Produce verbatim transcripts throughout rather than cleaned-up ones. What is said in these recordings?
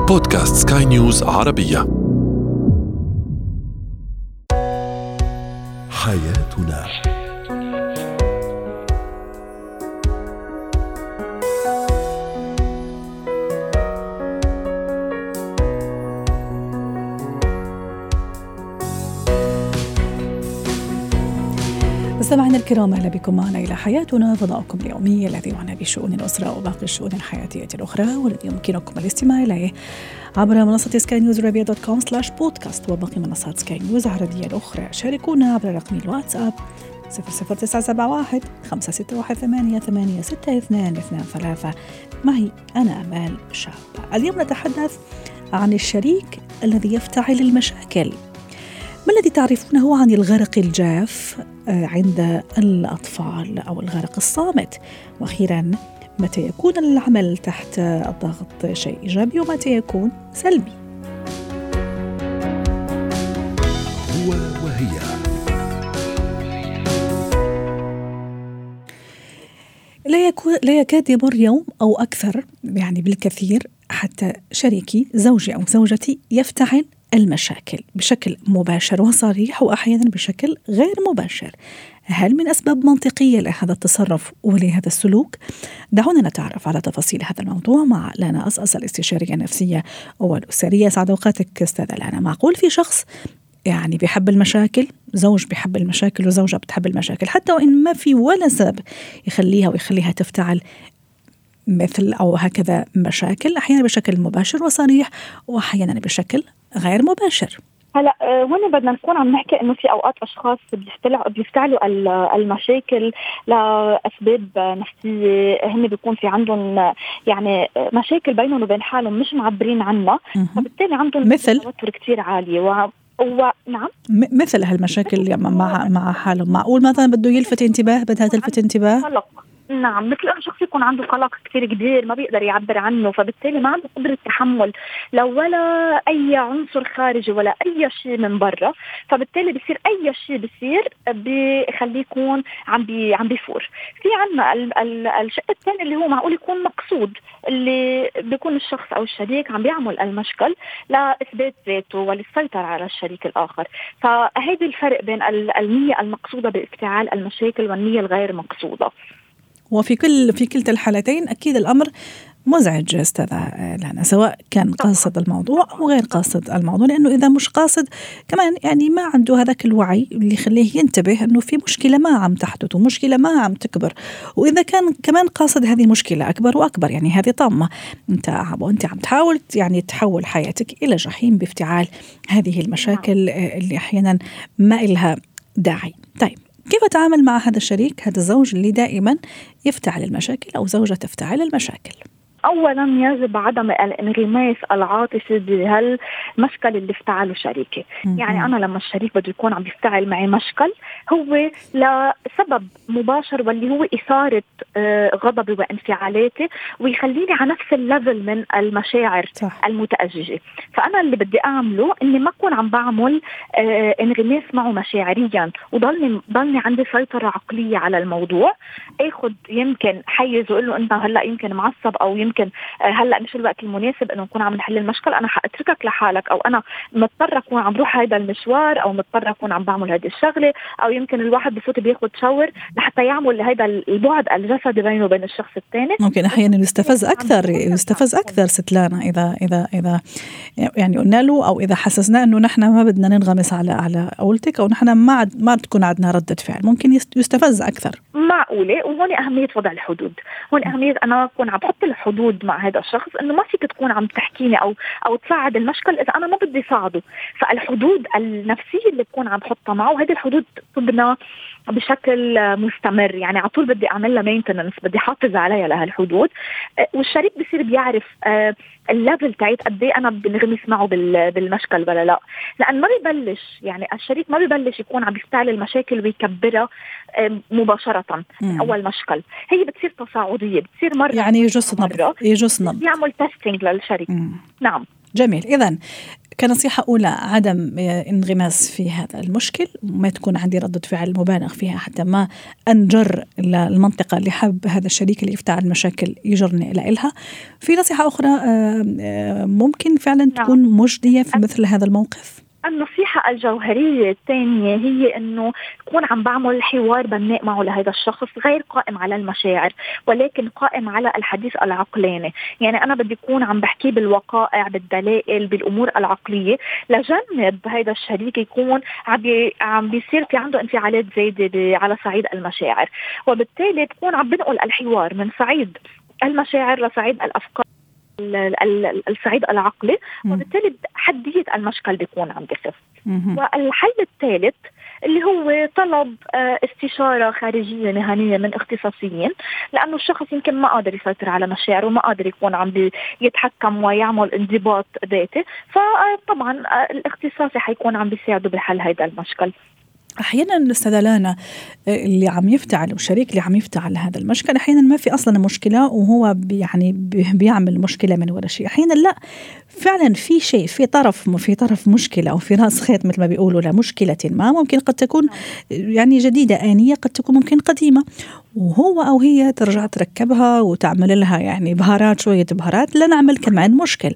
بودكاست سكاي نيوز عربية. حياتنا. مستمعينا الكرام، أهلا بكم معنا إلى حياتنا، فضاؤكم اليومي الذي يعنى بشؤون الأسرة وباقي الشؤون الحياتية الأخرى، والذي يمكنكم الاستماع إليه عبر منصة سكاي نيوز عربية دوت كوم سلاش بودكاست وباقي منصات سكاي نيوز عربية الأخرى. شاركونا عبر رقم الواتساب صفر صفر تسعة سبعة واحد خمسة ستة واحد ثمانية ثمانية ستة اثنان اثنان ثلاثة. معي أنا أمال شاب. اليوم نتحدث عن الشريك الذي يفتعل المشاكل. ما الذي تعرفونه عن الغرق الجاف عند الأطفال أو الغرق الصامت؟ وأخيرا، متى يكون العمل تحت الضغط شيء إيجابي ومتى يكون سلبي؟ هو وهي. لا, يكون لا يكاد يمر يوم أو أكثر، يعني بالكثير، حتى شريكي زوجي أو زوجتي يفتعل المشاكل بشكل مباشر وصريح، وأحيانا بشكل غير مباشر. هل من أسباب منطقية لهذا التصرف ولهذا السلوك؟ دعونا نتعرف على تفاصيل هذا الموضوع مع لانا أصأص، الاستشارية النفسية والأسرية. سعد أوقاتك أستاذة لانا. معقول في شخص يعني بيحب المشاكل، زوج بيحب المشاكل وزوجة بتحب المشاكل، حتى وإن ما في ولا سبب يخليها ويخليها تفتعل مثل أو هكذا مشاكل، أحيانا بشكل مباشر وصريح وأحيانا بشكل غير مباشر؟ هلا هون بدنا نكون عم نحكي انه في اوقات اشخاص بيفتعلوا بيفتعلوا المشاكل لاسباب نفسيه، هن بيكون في عندهم يعني مشاكل بينهم وبين حالهم مش معبرين عنها، فبالتالي عندهم مثل توتر كتير عالي. و ونعم م- مثل هالمشاكل مع مع حالهم. معقول مثلا بده يلفت انتباه، بدها تلفت انتباه؟ قلق. نعم، مثل أن شخص يكون عنده قلق كتير كبير ما بيقدر يعبر عنه، فبالتالي ما عنده قدرة تحمل لو ولا أي عنصر خارجي ولا أي شيء من برا، فبالتالي بيصير أي شيء بيصير بيخليه يكون عم بي عم بيفور. في عنا ال- ال- الشيء الثاني اللي هو معقول يكون مقصود، اللي بيكون الشخص أو الشريك عم بيعمل المشكل لإثبات ذاته وللسيطرة على الشريك الآخر. فهذا الفرق بين النية المقصودة بافتعال المشاكل والنية الغير مقصودة. وفي كل في كلتا الحالتين أكيد الأمر مزعج أستاذة لانا، سواء كان قاصد الموضوع أو غير قاصد الموضوع، لأنه إذا مش قاصد كمان يعني ما عنده هذاك الوعي اللي يخليه ينتبه أنه في مشكلة ما عم تحدث ومشكلة ما عم تكبر، وإذا كان كمان قاصد هذه مشكلة أكبر وأكبر، يعني هذه طامة، أنت وأنت عم تحاول يعني تحول حياتك إلى جحيم بافتعال هذه المشاكل اللي أحيانا ما إلها داعي. طيب، كيف أتعامل مع هذا الشريك، هذا الزوج اللي دائما يفتعل المشاكل أو زوجة تفتعل المشاكل؟ أولا يجب عدم الانغماس العاطفي بهالمشكل اللي افتعله شريكي. يعني أنا لما الشريك بده يكون عم يفتعل معي مشكل هو لسبب مباشر، واللي هو إثارة غضبي وانفعالاتي ويخليني على نفس الليفل من المشاعر صح. المتأججة. فأنا اللي بدي أعمله إني ما أكون عم بعمل انغماس معه مشاعريا، وضلني ضلني عندي سيطرة عقلية على الموضوع. أخذ يمكن حيز وأقول له أنت هلأ يمكن معصب، أو يمكن هلأ مش الوقت المناسب إنه نكون عم نحل المشكل، أنا حأتركك لحالك، أو أنا مضطر أكون عم روح هيدا المشوار، أو مضطر أكون عم بعمل هذه الشغلة، أو يمكن الواحد بفوت بياخد شاور لحتى يعمل هيدا البعد الجسدي بينه وبين الشخص الثاني. ممكن أحيانا يستفز أكثر يستفز أكثر ستلانا إذا إذا إذا يعني قلنا له، أو إذا حسسنا إنه نحن ما بدنا ننغمس على على قولتك، أو نحن ما ما تكون عندنا ردة فعل، ممكن يستفز أكثر. معقولة. وهون أهمية وضع الحدود. هون أهمية أنا أكون عم بحط الحدود مع هذا الشخص، إنه ما فيك تكون عم تحكيني أو أو تصعد المشكل إذا أنا ما بدي صعده. فالحدود النفسية اللي بكون عم بحطها معه، هذه الحدود تبنى بشكل مستمر، يعني على طول بدي أعمل لها مينتننس، بدي حافظ عليها لهالحدود. والشريك بصير بيعرف الليفل تاعت قد ايه انا بنغمس معه بالمشكل ولا لا، لان ما بيبلش يعني الشريك ما بيبلش يكون عم يفتعل المشاكل ويكبرها مباشره من اول مشكل. هي بتصير تصاعديه، بتصير مره يعني يجوز نبض، يجوز نبض، يعمل تيستينج للشريك. مم. نعم، جميل. إذن كنصيحة أولى عدم انغماس في هذا المشكل، ما تكون عندي ردة فعل مبالغ فيها حتى ما أنجر المنطقة اللي حب هذا الشريك اللي يفتعل مشاكل يجرني إلى إلها. في نصيحة أخرى ممكن فعلا تكون مجدية في مثل هذا الموقف؟ النصيحة الجوهرية الثانية هي أنه يكون عم بعمل حوار بناء معه لهذا الشخص، غير قائم على المشاعر ولكن قائم على الحديث العقلاني. يعني أنا بدي أكون عم بحكي بالوقائع، بالدلائل، بالأمور العقلية، لجنب هذا الشريك يكون عم بيصير في عنده انفعالات زايدة على صعيد المشاعر، وبالتالي تكون عم بنقل الحوار من صعيد المشاعر لصعيد الأفكار، الصعيد العقلي، وبالتالي حدية المشكل بيكون عم بخف. والحل الثالث اللي هو طلب استشارة خارجية مهنية من اختصاصيين، لأنه الشخص يمكن ما قادر يسيطر على مشاعره وما قادر يكون عم يتحكم ويعمل انضباط ذاتي، فطبعا الاختصاصي حيكون عم بيساعده بحل هذا المشكل. أحيانا أستاذة لانا اللي عم يفتعل والشريك اللي عم يفتعل هذا المشكلة أحيانا ما في أصلا مشكلة وهو يعني بيعمل مشكلة من ولا شيء، أحيانا لا فعلا في شيء، في طرف في طرف مشكلة أو في رأس خيط مثل ما بيقولوا لمشكلة ما، ممكن قد تكون يعني جديدة آنية، قد تكون ممكن قديمة، وهو أو هي ترجع تركبها وتعمل لها يعني بهارات، شوية بهارات لنعمل كمان مشكل.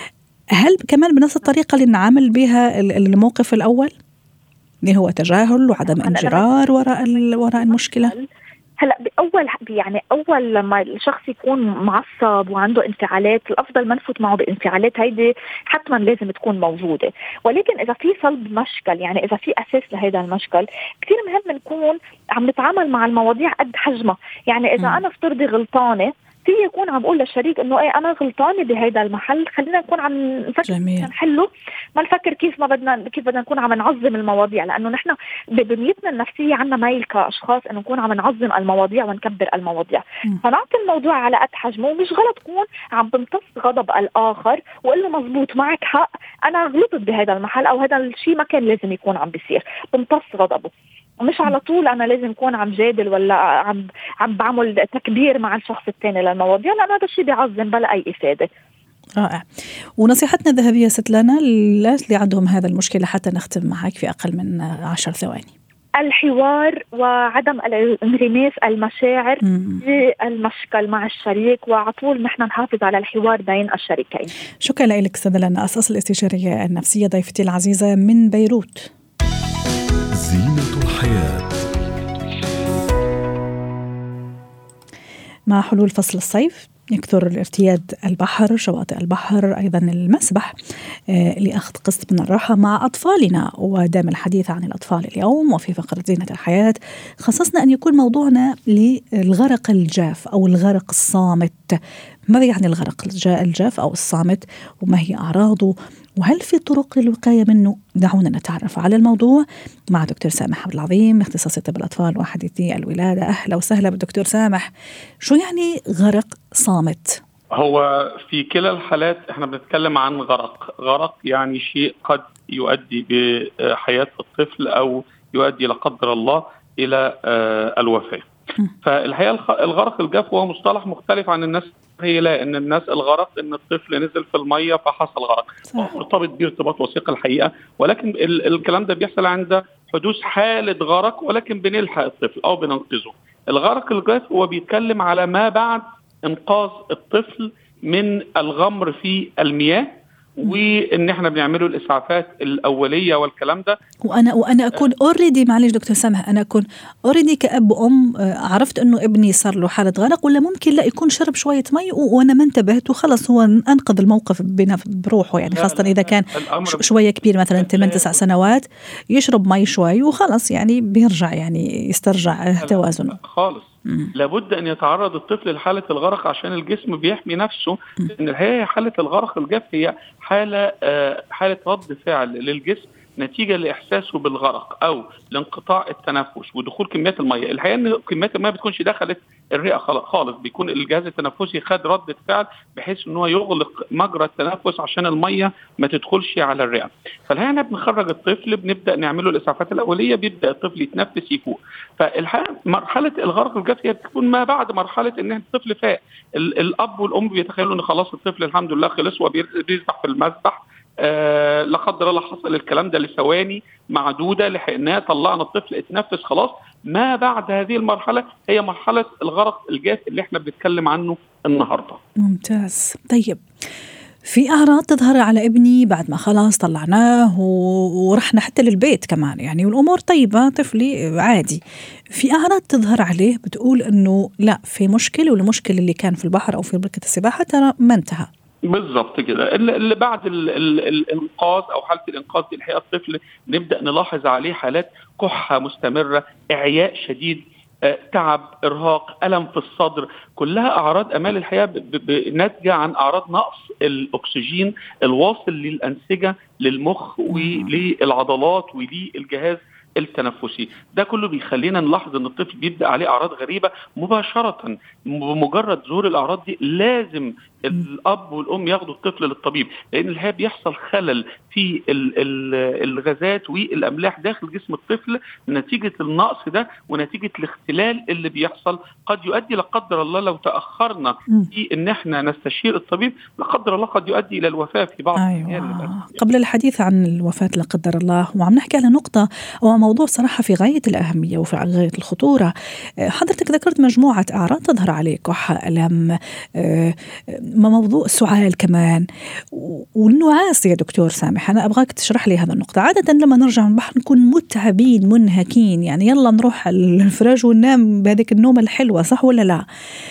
هل كمان بنفس الطريقة اللي نعمل بها الموقف الأول اللي هو تجاهل وعدم انجرار وراء وراء المشكلة؟ هلا باول يعني اول لما الشخص يكون معصب وعنده انفعالات، الافضل ما نفوت معه بانفعالات، هيدي حتما لازم تكون موجوده. ولكن اذا في صلب مشكل، يعني اذا في اساس لهذا المشكل، كثير مهم نكون عم نتعامل مع المواضيع قد حجمها. يعني اذا م. انا افترضي غلطانه، في يكون عم بقول للشريك انه ايه انا غلطانه بهذا المحل، خلينا نكون عم نفكر نحله، ما نفكر كيف ما بدنا كيف بدنا نكون عم نعظم المواضيع، لانه نحن ببنيتنا النفسيه عندنا ميل كاشخاص انه نكون عم نعظم المواضيع ونكبر المواضيع، م. فنعطي الموضوع على قد حجمه. ومش غلط تكون عم بمتص غضب الاخر وقول له مزبوط معك حق، انا غلطت بهذا المحل او هذا الشيء ما كان لازم يكون عم بيصير، بمتص غضبه. ومش على طول أنا لازم أكون عم جادل ولا عم عم بعمل تكبير مع الشخص الثاني للمواضيع، لأن هذا الشيء بيعظم بلا أي إفادة. رائع. ونصيحتنا الذهبية ست لانا للناس اللي عندهم هذا المشكلة حتى نختم معك في أقل من عشر ثواني. الحوار وعدم الانغماس المشاعر في المشكل مع الشريك، وعطول نحن نحافظ على الحوار بين الشريكين. شكرا لك ست لانا، أساس الاستشارية النفسية، ضيفتي العزيزة من بيروت. زينة الحياة. مع حلول فصل الصيف يكثر الارتياد البحر، شواطئ البحر، أيضا المسبح لأخذ قسط من الراحة مع أطفالنا. ودام الحديث عن الأطفال اليوم وفي فقرة زينة الحياة خصصنا أن يكون موضوعنا للغرق الجاف أو الغرق الصامت. ماذا يعني الغرق الجاف أو الصامت، وما هي أعراضه، وهل في طرق للوقاية منه؟ دعونا نتعرف على الموضوع مع دكتور سامح عبد العظيم، اختصاصي طب الأطفال وحديثي الولادة. أهلا وسهلا بالدكتور سامح. شو يعني غرق صامت؟ هو في كلا الحالات احنا بنتكلم عن غرق غرق يعني شيء قد يؤدي بحياة الطفل أو يؤدي لا قدر الله إلى الوفاة. فالحقيقة الغرق الجاف هو مصطلح مختلف عن الناس، هي لا ان الناس الغرق ان الطفل نزل في المية فحصل غرق، مرتبط بيه ارتباط وثيق الحقيقة، ولكن ال- الكلام ده بيحصل عند حدوث حالة غرق ولكن بنلحق الطفل او بننقذه. الغرق الجاف هو بيتكلم على ما بعد انقاذ الطفل من الغمر في المياه، وان احنا بنعمله الاسعافات الاوليه والكلام ده. وانا وانا اكون اوريدي معلش دكتور سامح، انا اكون اوريدي كأب وام عرفت انه ابني صار له حاله غرق، ولا ممكن لا يكون شرب شويه مي وانا ما انتبهت وخلص هو انقذ الموقف بروحه، يعني خاصه اذا كان شويه كبير مثلا ثمان تسع سنوات يشرب مي شوي وخلص يعني بيرجع يعني يسترجع توازنه خالص. مم. لابد أن يتعرض الطفل لحالة الغرق عشان الجسم بيحمي نفسه، لأن الحقيقة حالة الغرق الجاف هي حالة حالة رد فعل للجسم نتيجة لإحساسه بالغرق أو لانقطاع التنفس ودخول كميات المياه. الحقيقة أن كميات المياه بتكونش دخلت الرئة خالص، بيكون الجهاز التنفسي خد ردة فعل بحيث أنه يغلق مجرى التنفس عشان المياه ما تدخلش على الرئة. فالحقيقة بنخرج الطفل، بنبدأ نعمله الإسعافات الأولية، بيبدأ الطفل يتنفس يفوق. فالحقيقة مرحلة الغرق الجاف هي بتكون ما بعد مرحلة أن الطفل فاق. الأب والأم بيتخيلوا أن خلاص الطفل الحمد لله خلص وبيسبح في المسبح، آه لا قدر الله حصل الكلام ده لثواني معدودة، لحقناه، طلعنا الطفل اتنفس خلاص. ما بعد هذه المرحلة هي مرحلة الغرق الجاف اللي احنا بنتكلم عنه النهاردة. ممتاز. طيب، في أعراض تظهر على ابني بعد ما خلاص طلعناه ورحنا حتى للبيت كمان يعني والأمور طيبة، طفلي عادي، في أعراض تظهر عليه بتقول إنه لا في مشكلة، والمشكلة اللي كان في البحر أو في بركة السباحة ترى ما انتهى؟ بالضبط كده. اللي بعد ال ال الانقاذ او حاله الانقاذ دي الحقيقه الطفل نبدا نلاحظ عليه حالات كحه مستمره، اعياء شديد، تعب، ارهاق، الم في الصدر، كلها اعراض امال الحياه ناتجه عن اعراض نقص الاكسجين الواصل للانسجه للمخ وللعضلات وللجهاز التنفسي. ده كله بيخلينا نلاحظ ان الطفل بيبدا عليه اعراض غريبه مباشره. بمجرد ظهور الاعراض دي لازم الاب والام ياخدوا الطفل للطبيب، لان الحقيقه بيحصل خلل في الغازات والاملاح داخل جسم الطفل نتيجه النقص ده ونتيجه الاختلال اللي بيحصل. قد يؤدي لا قدر الله لو تاخرنا في ان احنا نستشير الطبيب لا قدر الله قد يؤدي الى الوفاه في بعض الأحيان. أيوة. قبل الحديث عن الوفاه لا قدر الله وعم نحكي على نقطه او موضوع صراحه في غايه الاهميه وفي غايه الخطوره، حضرتك ذكرت مجموعه اعراض تظهر عليه، كحه، الم، موضوع السعال كمان والنعاس. يا دكتور سامح أنا أبغاك تشرح لي هذا النقطة. عادة لما نرجع من البحر نكون متعبين منهكين، يعني يلا نروح الفراش وننام بهذيك النومة الحلوة، صح ولا لا؟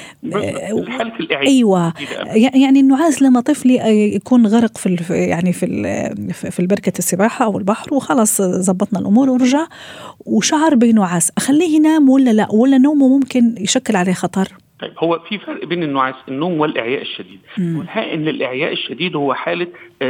أيوة. يعني النعاس لما طفلي يكون غرق في يعني في في البركة السباحة أو البحر وخلاص زبطنا الأمور ورجع وشعر بنعاس، أخليه ينام ولا لا؟ ولا نومه ممكن يشكل عليه خطر؟ طيب، هو في فرق بين النعاس النوم والإعياء الشديد. والحقيقة إن الإعياء الشديد هو حالة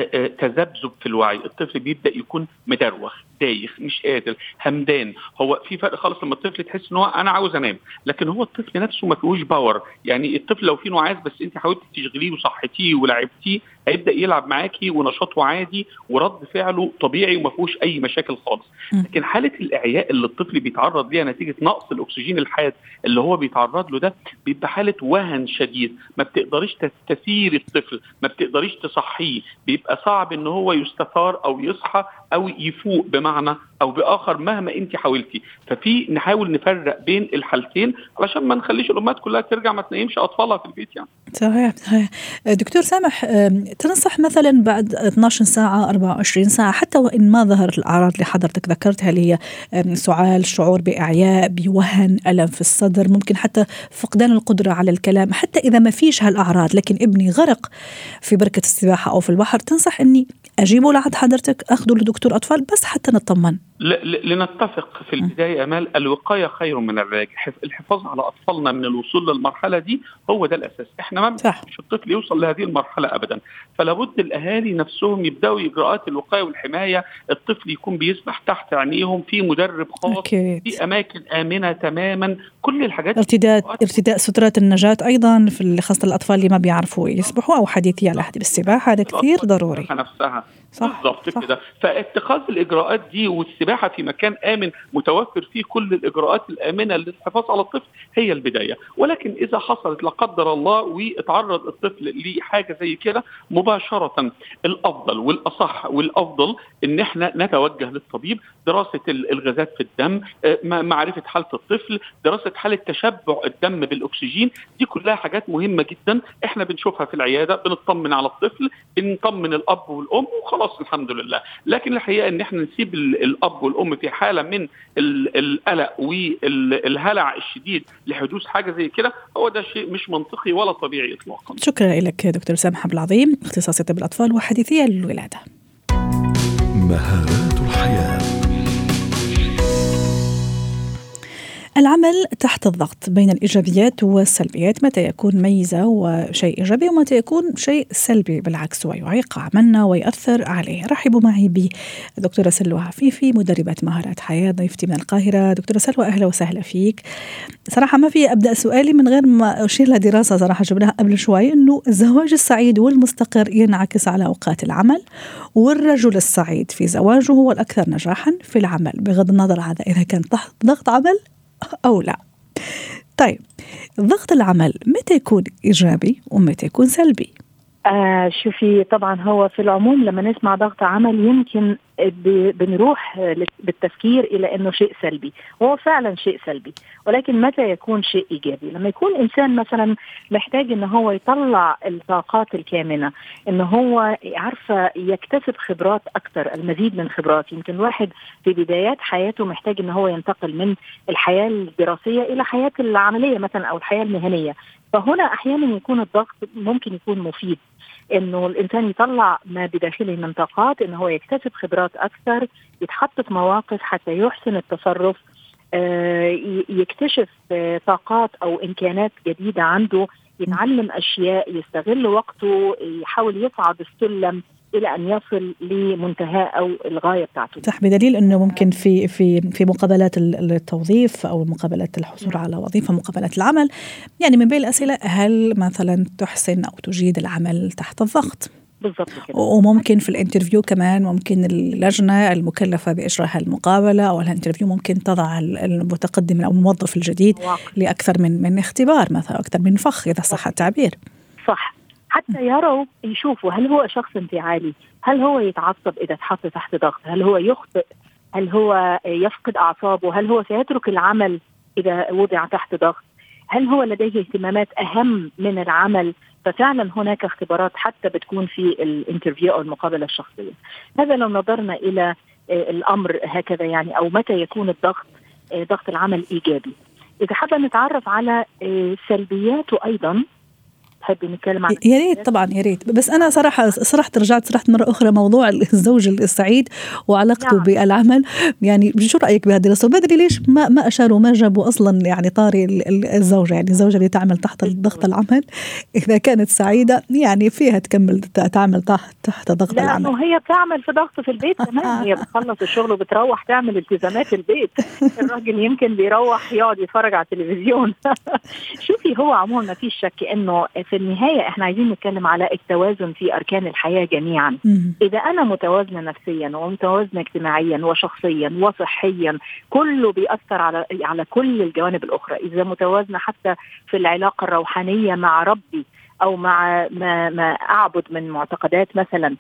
تذبذب في الوعي، الطفل بيبدأ يكون مدروخ، دايخ، مش قادر، همدان. هو في فرق خالص لما الطفل تحس إن هو أنا عاوز أنام، لكن هو الطفل نفسه ما فيهوش باور. يعني الطفل لو فيه نعاس بس أنت حاولت تشغليه وصحتيه ولعبتيه هيبدأ يلعب معاكي ونشاطه عادي ورد فعله طبيعي وما فيهوش أي مشاكل خالص. لكن حالة الإعياء اللي الطفل بيتعرض ليها نتيجة نقص الأكسجين الحاد اللي هو بيتعرض له ده بيبقى حالة وهن شديد، ما بتقدريش تستثير الطفل، ما بتقدريش تصحيه، بيبقى صعب ان هو يستثار او يصحى او يفوق بمعنى او باخر مهما انت حاولتي. ففي نحاول نفرق بين الحالتين علشان ما نخليش الامهات كلها ترجع ما تنيمش اطفالها في البيت. يعني صحيح صحيح. دكتور سامح، تنصح مثلا بعد اثنتي عشرة ساعة أربعة وعشرين ساعة حتى وإن ما ظهرت الأعراض اللي حضرتك ذكرتها اللي هي سعال، شعور بإعياء، بوهن، ألم في الصدر، ممكن حتى فقدان القدرة على الكلام، حتى إذا ما فيش هالأعراض لكن ابني غرق في بركة السباحة أو في البحر، تنصح إني أجيبه لعند حضرتك أخذه لدكتور أطفال بس حتى نطمن؟ لنتفق في البداية أمال، الوقاية خير من العلاج. الحفاظ على أطفالنا من الوصول للمرحلة دي هو ده الأساس. إحنا ما مش الطفل يوصل لهذه المرحلة أبدا، فلابد الأهالي نفسهم يبدأوا إجراءات الوقاية والحماية. الطفل يكون بيسبح تحت عينيهم في مدرب خاص أكيد. في أماكن آمنة تماما، كل الحاجات. ارتداء ارتداء سترات النجاة أيضا في خاصة الأطفال اللي ما بيعرفوا يسبحوا أو حديثية على حديث السباحة، هذا كثير ضروري. نفسها بالضبط كده. فاتخاذ الإجراءات دي والسباحة في مكان آمن متوفر فيه كل الإجراءات الآمنة للحفاظ على الطفل هي البداية. ولكن إذا حصلت لا قدر الله واتعرض الطفل لحاجة زي كده مباشرة، الأفضل والأصح والأفضل إن احنا نتوجه للطبيب، دراسة الغازات في الدم، معرفة حالة الطفل، دراسة حالة تشبع الدم بالأكسجين، دي كلها حاجات مهمة جدا احنا بنشوفها في العيادة، بنطمن على الطفل، بنطمن الأب والأم وخلاص الحمد لله. لكن الحقيقة إن احنا نسيب الأب والأم في حالة من القلق والهلع الشديد لحدوث حاجة زي كده، هو ده شيء مش منطقي ولا طبيعي إطلاقا. شكرا لك دكتور سامح عبد العظيم، اختصاصي طب الأطفال وحديثية للولادة. مهارات الحياة. العمل تحت الضغط بين الإيجابيات والسلبيات، متى يكون ميزة وشيء إيجابي ومتى يكون شيء سلبي بالعكس ويعيق عملنا ويأثر عليه. رحبوا معي بدكتورة سلوى عفيفي مدربة مهارات حياة، ضيفتي من القاهرة. دكتورة سلوى أهلا وسهلا فيك. صراحة ما في أبدأ سؤالي من غير ما أشير لدراسة صراحة جبناها قبل شوي، إنه الزواج السعيد والمستقر ينعكس على أوقات العمل، والرجل السعيد في زواجه هو الأكثر نجاحا في العمل بغض النظر عن إذا كان تحت ضغط عمل أو لا. طيب، ضغط العمل متى يكون إيجابي ومتى يكون سلبي؟ آه شوفي، طبعا هو في العموم لما نسمع ضغط عمل يمكن بنروح بالتفكير إلى أنه شيء سلبي، وهو فعلا شيء سلبي، ولكن متى يكون شيء إيجابي؟ لما يكون إنسان مثلا محتاج أنه هو يطلع الطاقات الكامنة، أنه هو عارفة يكتسب خبرات أكثر، المزيد من خبرات. يمكن الواحد في بدايات حياته محتاج أنه هو ينتقل من الحياة الدراسية إلى حياة العملية مثلا أو الحياة المهنية، فهنا أحيانا يكون الضغط ممكن يكون مفيد، إنه الإنسان يطلع ما بداخله من طاقات، إنه هو يكتسب خبرات أكثر، يتحط في مواقف حتى يحسن التصرف، يكتشف طاقات أو إمكانات جديدة عنده، يتعلم أشياء، يستغل وقته، يحاول يصعد السلم إلى أن يصل لمنتهى أو الغاية بتاعته. صح، بدليل أنه ممكن في في في مقابلات التوظيف أو مقابلات الحصول على وظيفة، مقابلات العمل، يعني من بين الأسئلة هل مثلا تحسن أو تجيد العمل تحت الضغط؟ بالضبط كده. وممكن في الانترفيو كمان ممكن اللجنة المكلفة بإجراء المقابلة أو الانترفيو ممكن تضع المتقدم أو الموظف الجديد واقع. لأكثر من من اختبار مثلا، أكثر من فخ إذا صح التعبير. صح، حتى يروا يشوفوا هل هو شخص انفعالي، هل هو يتعصب إذا تحط تحت ضغط، هل هو يخطئ، هل هو يفقد أعصابه، هل هو سيترك العمل إذا وضع تحت ضغط، هل هو لديه اهتمامات أهم من العمل. ففعلا هناك اختبارات حتى بتكون في الانترفيو أو المقابلة الشخصية. هذا لو نظرنا إلى الأمر هكذا يعني، أو متى يكون الضغط ضغط العمل إيجابي. إذا حابة نتعرف على سلبياته أيضا، تحبي نتكلم عن؟ يا ريت طبعا، يا ريت. بس أنا صراحة صراحة رجعت صراحة مرة أخرى موضوع الزوج السعيد وعلاقته نعم. بالعمل. يعني شو رأيك بهذه القصة؟ بدري ليش ما ما أشاروا ما جابوا أصلا يعني طاري الزوجة، يعني الزوجة اللي تعمل تحت ضغط العمل إذا كانت سعيدة يعني فيها تكمل تعمل تحت تحت ضغط لا العمل. لأنه هي بتعمل في ضغط في البيت كمان، هي بتخلص الشغل وبتروح تعمل التزامات البيت. الراجل يمكن بيروح يقعد يتفرج على التلفزيون. شوفي، هو عموما ما فيش شك إنه في النهاية احنا عايزين نتكلم على التوازن في أركان الحياة جميعا. إذا أنا متوازنة نفسيا ومتوازنة اجتماعيا وشخصيا وصحيا، كله بيأثر على على كل الجوانب الأخرى. إذا متوازنة حتى في العلاقة الروحانية مع ربي أو مع ما, ما أعبد من معتقدات مثلا،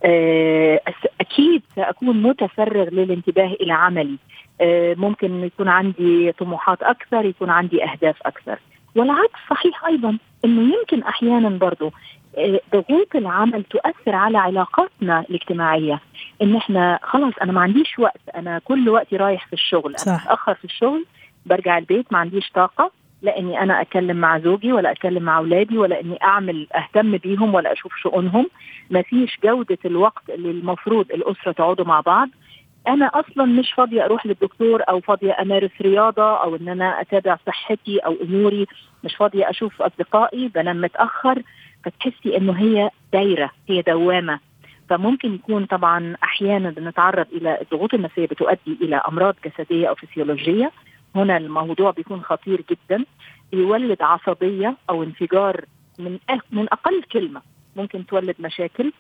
أكيد سأكون متفرغ للانتباه إلى عملي. ممكن يكون عندي طموحات أكثر، يكون عندي أهداف أكثر. والعكس صحيح أيضا، إنه يمكن أحيانا برضو ضغوط العمل تؤثر على علاقاتنا الاجتماعية، إن إحنا خلاص أنا ما عنديش وقت، أنا كل وقتي رايح في الشغل، أنا أتأخر في الشغل، برجع البيت ما عنديش طاقة، لا إني أنا أتكلم مع زوجي ولا أتكلم مع أولادي ولا إني أعمل أهتم بيهم ولا أشوف شؤونهم. ما فيش جودة الوقت اللي المفروض الأسرة تقعدوا مع بعض. أنا أصلا مش فاضية أروح للدكتور أو فاضية أمارس رياضة أو إن أنا أتابع صحتي أو أموري، مش فاضية أشوف أصدقائي، بنام متأخر. فتحسي إنه هي دايرة، هي دوامة. فممكن يكون طبعا أحيانا بنتعرض إلى الضغوط النفسية بتؤدي إلى أمراض جسدية أو فسيولوجية. هنا الموضوع بيكون خطير جدا، يولد عصبية أو انفجار من من أقل كلمة ممكن تولد مشاكل.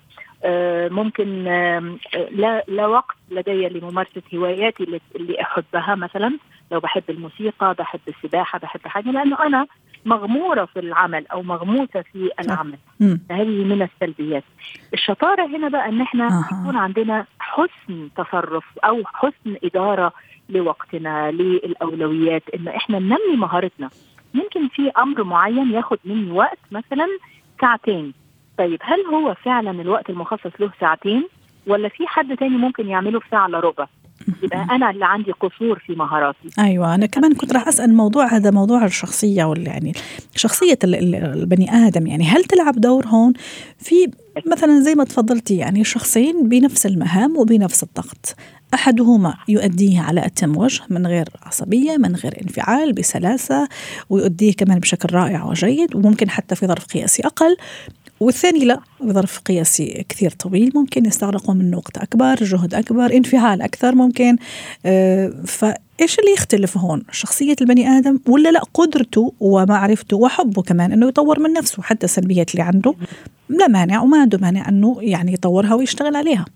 ممكن لا, لا وقت لدي لممارسة هواياتي اللي أحبها، مثلا لو بحب الموسيقى، بحب السباحة، بحب حاجة، لأنه أنا مغمورة في العمل أو مغموسة في العمل. هذه من السلبيات. الشطارة هنا بقى أن احنا يكون عندنا حسن تصرف أو حسن إدارة لوقتنا، للأولويات، إن احنا ننمي مهارتنا. ممكن في أمر معين ياخد مني وقت مثلا ساعتين، طيب هل هو فعلا الوقت المخصص له ساعتين، ولا في حد تاني ممكن يعمله في ساعة إلا ربع؟ يبقى أنا اللي عندي قصور في مهاراتي. أيوة، أنا كمان كنت راح أسأل موضوع هذا، موضوع الشخصية ولا يعني شخصية البني آدم، يعني هل تلعب دور هون في مثلا زي ما تفضلتي يعني شخصين بنفس المهام وبنفس الضغط، أحدهما يؤديه على أتم وجه من غير عصبية من غير انفعال بسلاسة، ويؤديه كمان بشكل رائع وجيد، وممكن حتى في ظرف قياسي أقل، والثاني لا، بظرف قياسي كثير طويل ممكن يستغرقوا منه وقت أكبر، جهد أكبر، انفعال أكثر ممكن. آه فإيش اللي يختلف هون؟ شخصية البني آدم ولا لا قدرته ومعرفته وحبه كمان إنه يطور من نفسه؟ حتى السلبيات اللي عنده لا مانع وما عنده مانع إنه يعني يطورها ويشتغل عليها. صح،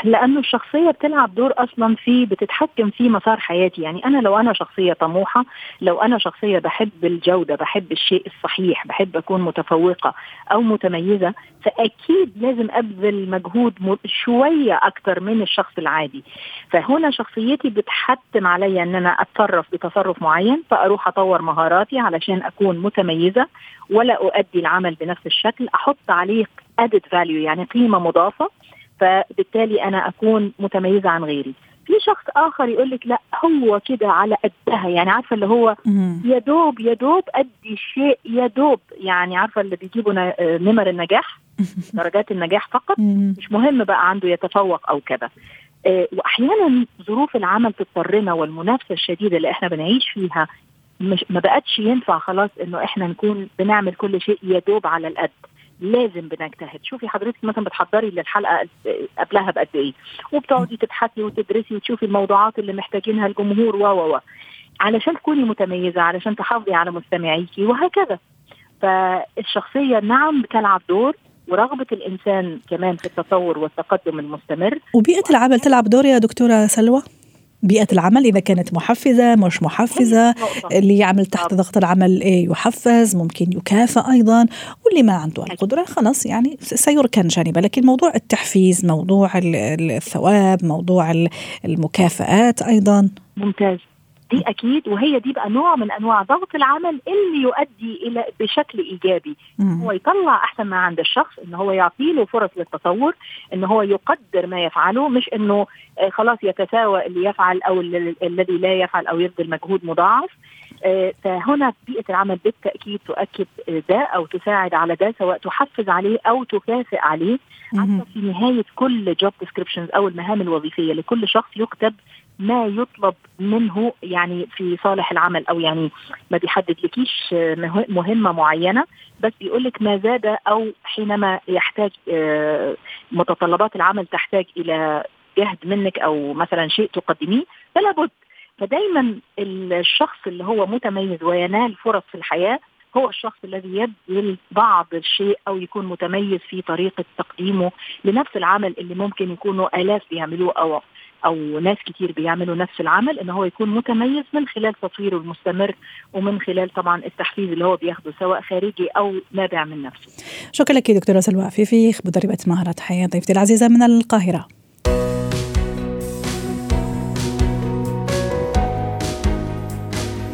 لأنه الشخصية بتلعب دور أصلا في بتتحكم في مسار حياتي. يعني أنا لو أنا شخصية طموحة، لو أنا شخصية بحب الجودة، بحب الشيء الصحيح، بحب أكون متفوقة أو متميزة، فأكيد لازم أبذل مجهود شوية أكتر من الشخص العادي. فهنا شخصيتي بتحتم علي أن أنا أتصرف بتصرف معين، فأروح أطور مهاراتي علشان أكون متميزة ولا أؤدي العمل بنفس الشكل، أحط عليه added value يعني قيمة مضافة، فبالتالي أنا أكون متميزة عن غيري. في شخص آخر يقولك لا هو كده على قدها، يعني عارفة اللي هو يدوب يدوب أدي شيء يدوب، يعني عارفة اللي بيجيبوا نمر النجاح درجات النجاح فقط، مش مهم بقى عنده يتفوق أو كذا. وأحيانا ظروف العمل تضطرنا والمنافسة الشديدة اللي احنا بنعيش فيها مش ما بقتش ينفع خلاص إنه احنا نكون بنعمل كل شيء يدوب على القد، لازم بنجتهد. شوفي حضرتك مثلا بتحضري للحلقة قبلها بقد ايه، وبتقعدي تبحثي وتدرسي وتشوفي الموضوعات اللي محتاجينها الجمهور و و علشان تكوني متميزة، علشان تحافظي على مستمعيكي وهكذا. فالشخصية نعم بتلعب دور، ورغبة الإنسان كمان في التطور والتقدم المستمر. وبيئة العمل تلعب دور يا دكتورة سلوى؟ بيئة العمل إذا كانت محفزة مش محفزة، اللي يعمل تحت ضغط العمل يحفز، ممكن يكافئ أيضا، واللي ما عنده القدرة خلاص يعني سيركن جانبا. لكن موضوع التحفيز، موضوع الثواب، موضوع المكافآت أيضا ممتاز، دي أكيد. وهي دي بقى نوع من أنواع ضغط العمل اللي يؤدي إلى بشكل إيجابي مم. هو يطلع أحسن ما عند الشخص، إنه هو يعطيله فرص للتطور، إنه هو يقدر ما يفعله، مش إنه خلاص يتساوى اللي يفعل أو الذي لا يفعل أو يبذل مجهود مضاعف. فهنا بيئة العمل بالتأكيد تؤكد ده أو تساعد على ده، سواء تحفز عليه أو تكافئ عليه. حتى في نهاية كل job descriptions أو المهام الوظيفية لكل شخص يكتب ما يطلب منه يعني في صالح العمل، أو يعني ما بيحدد لكيش مهمة معينة، بس بيقولك ما زاد أو حينما يحتاج متطلبات العمل تحتاج إلى جهد منك أو مثلا شيء تقدميه فلا بد. فدايما الشخص اللي هو متميز وينال فرص في الحياة هو الشخص الذي يبذل بعض الشيء أو يكون متميز في طريقة تقديمه لنفس العمل اللي ممكن يكونوا آلاف بيعملوه أو أو ناس كتير بيعملوا نفس العمل، إنه هو يكون متميز من خلال تطويره المستمر ومن خلال طبعا التحفيز اللي هو بياخده سواء خارجي أو نابع من نفسه. شكرا لك دكتورة سلوى عفيفي، مدربة مهارات حياة، ضيفتي العزيزة من القاهرة.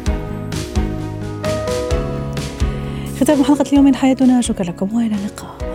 ختام حلقة اليوم من حياتنا، شكرا لكم وإلى اللقاء.